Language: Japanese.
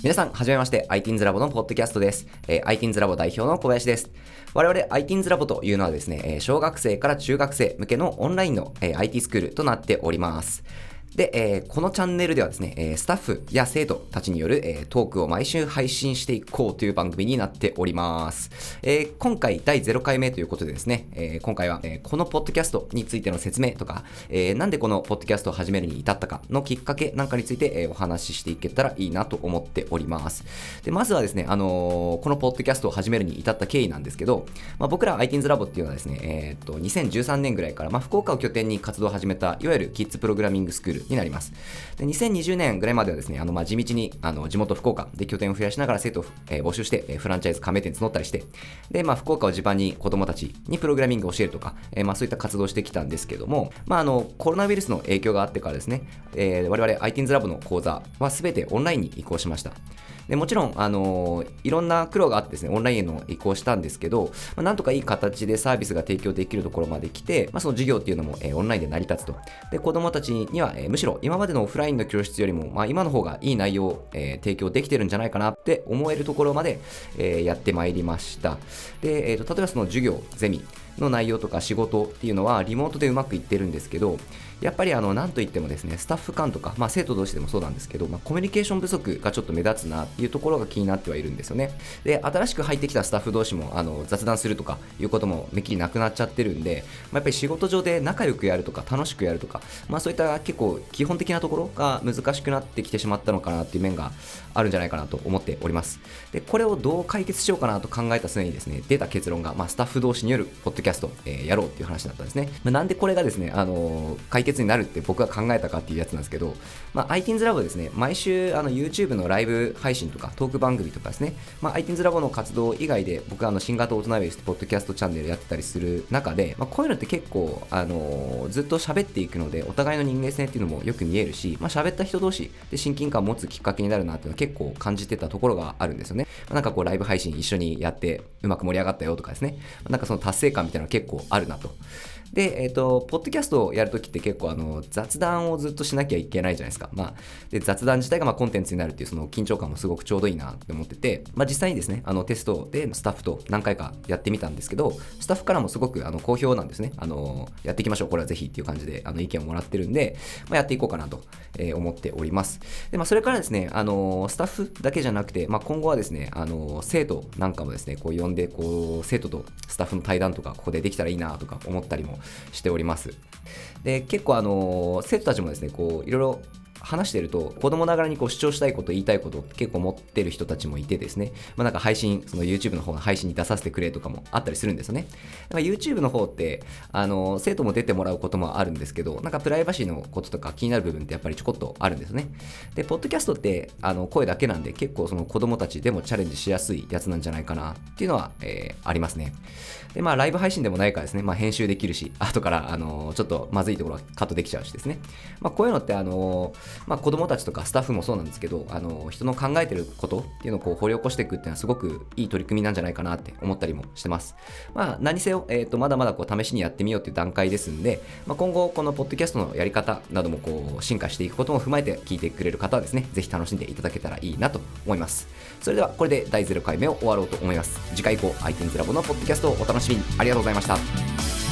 皆さん、はじめまして、ITINS ラボのポッドキャストです。ITINS ラボ代表の小林です。我々 ITINS ラボというのはですね、小学生から中学生向けのオンラインの IT スクールとなっております。で、このチャンネルではですね、スタッフや生徒たちによる、トークを毎週配信していこうという番組になっております。今回第0回目ということでですね、今回は、このポッドキャストについての説明とか、なんでこのポッドキャストを始めるに至ったかのきっかけなんかについて、お話ししていけたらいいなと思っております。で、まずはですね、このポッドキャストを始めるに至った経緯なんですけど、僕ら ITINS ラボっていうのはですね、2013年ぐらいから、福岡を拠点に活動を始めた、いわゆるキッズプログラミングスクールになります。で、2020年ぐらいまではですね、地道に地元福岡で拠点を増やしながら生徒を、募集して、フランチャイズ加盟店募ったりして、で、福岡を地盤に子供たちにプログラミングを教えるとか、そういった活動をしてきたんですけども、コロナウイルスの影響があってからですね、我々 ITINS ラボの講座は全てオンラインに移行しました。でもちろん、いろんな苦労があってですね、オンラインへの移行したんですけど、なんとかいい形でサービスが提供できるところまで来て、その授業っていうのも、オンラインで成り立つと。で、子供たちには、むしろ今までのオフラインの教室よりも、今の方がいい内容を、提供できてるんじゃないかなって思えるところまで、やってまいりました。で、例えばその授業、ゼミの内容とか仕事っていうのはリモートでうまくいってるんですけど、やっぱりなんといってもですね、スタッフ間とか、生徒同士でもそうなんですけど、コミュニケーション不足がちょっと目立つなっていうところが気になってはいるんですよね。で、新しく入ってきたスタッフ同士も雑談するとかいうこともめっきりなくなっちゃってるんで、やっぱり仕事上で仲良くやるとか楽しくやるとか、そういった結構基本的なところが難しくなってきてしまったのかなっていう面があるんじゃないかなと思っております。で、これをどう解決しようかなと考えた末にですね、出た結論が、スタッフ同士によるポッドキャスト、やろうっていう話だったんですね。なんでこれがですね、解決になるって僕が考えたかっていうやつなんですけど、ITINS ラボですね、毎週YouTube のライブ配信とかトーク番組とかですね、ITINS ラボの活動以外で僕は新型大人ウェイスポッドキャストチャンネルやってたりする中で、こういうのって結構ずっと喋っていくので、お互いの人間性っていうのもよく見えるし、喋った人同士で親近感を持つきっかけになるなっていうのは結構感じてたところがあるんですよね。なんかこうライブ配信一緒にやってうまく盛り上がったよとかですね、なんかその達成感みたいなのが結構あるなと。で、ポッドキャストをやるときって結構雑談をずっとしなきゃいけないじゃないですか。で雑談自体がコンテンツになるっていうその緊張感もすごくちょうどいいなって思ってて、実際にですね、テストでスタッフと何回かやってみたんですけど、スタッフからもすごく好評なんですね。やっていきましょう、これはぜひっていう感じで意見をもらってるんで、やっていこうかなと思っております。で、それからですね、スタッフだけじゃなくて、今後はですね、生徒なんかもですね、こう呼んで、生徒とスタッフの対談とかここでできたらいいなとか思ったりもしております。で、結構生徒たちもですね、いろいろ話してると子供ながらに主張したいこと言いたいこと結構持ってる人たちもいてですね、なんか配信、その YouTube の方の配信に出させてくれとかもあったりするんですよね。YouTube の方って生徒も出てもらうこともあるんですけど、なんかプライバシーのこととか気になる部分ってやっぱりちょこっとあるんですよね。で、ポッドキャストって声だけなんで結構その子供たちでもチャレンジしやすいやつなんじゃないかなっていうのは、ありますね。で、ライブ配信でもないからですね、編集できるし、後からちょっとまずいところはカットできちゃうしですね。こういうのって子供たちとかスタッフもそうなんですけど、人の考えてることっていうのを掘り起こしていくっていうのはすごくいい取り組みなんじゃないかなって思ったりもしてます。何せよ、まだまだ試しにやってみようっていう段階ですんで、今後このポッドキャストのやり方なども進化していくことも踏まえて聞いてくれる方はですね、ぜひ楽しんでいただけたらいいなと思います。それではこれで第0回目を終わろうと思います。次回以降 ITINS ラボのポッドキャストをお楽しみに。ありがとうございました。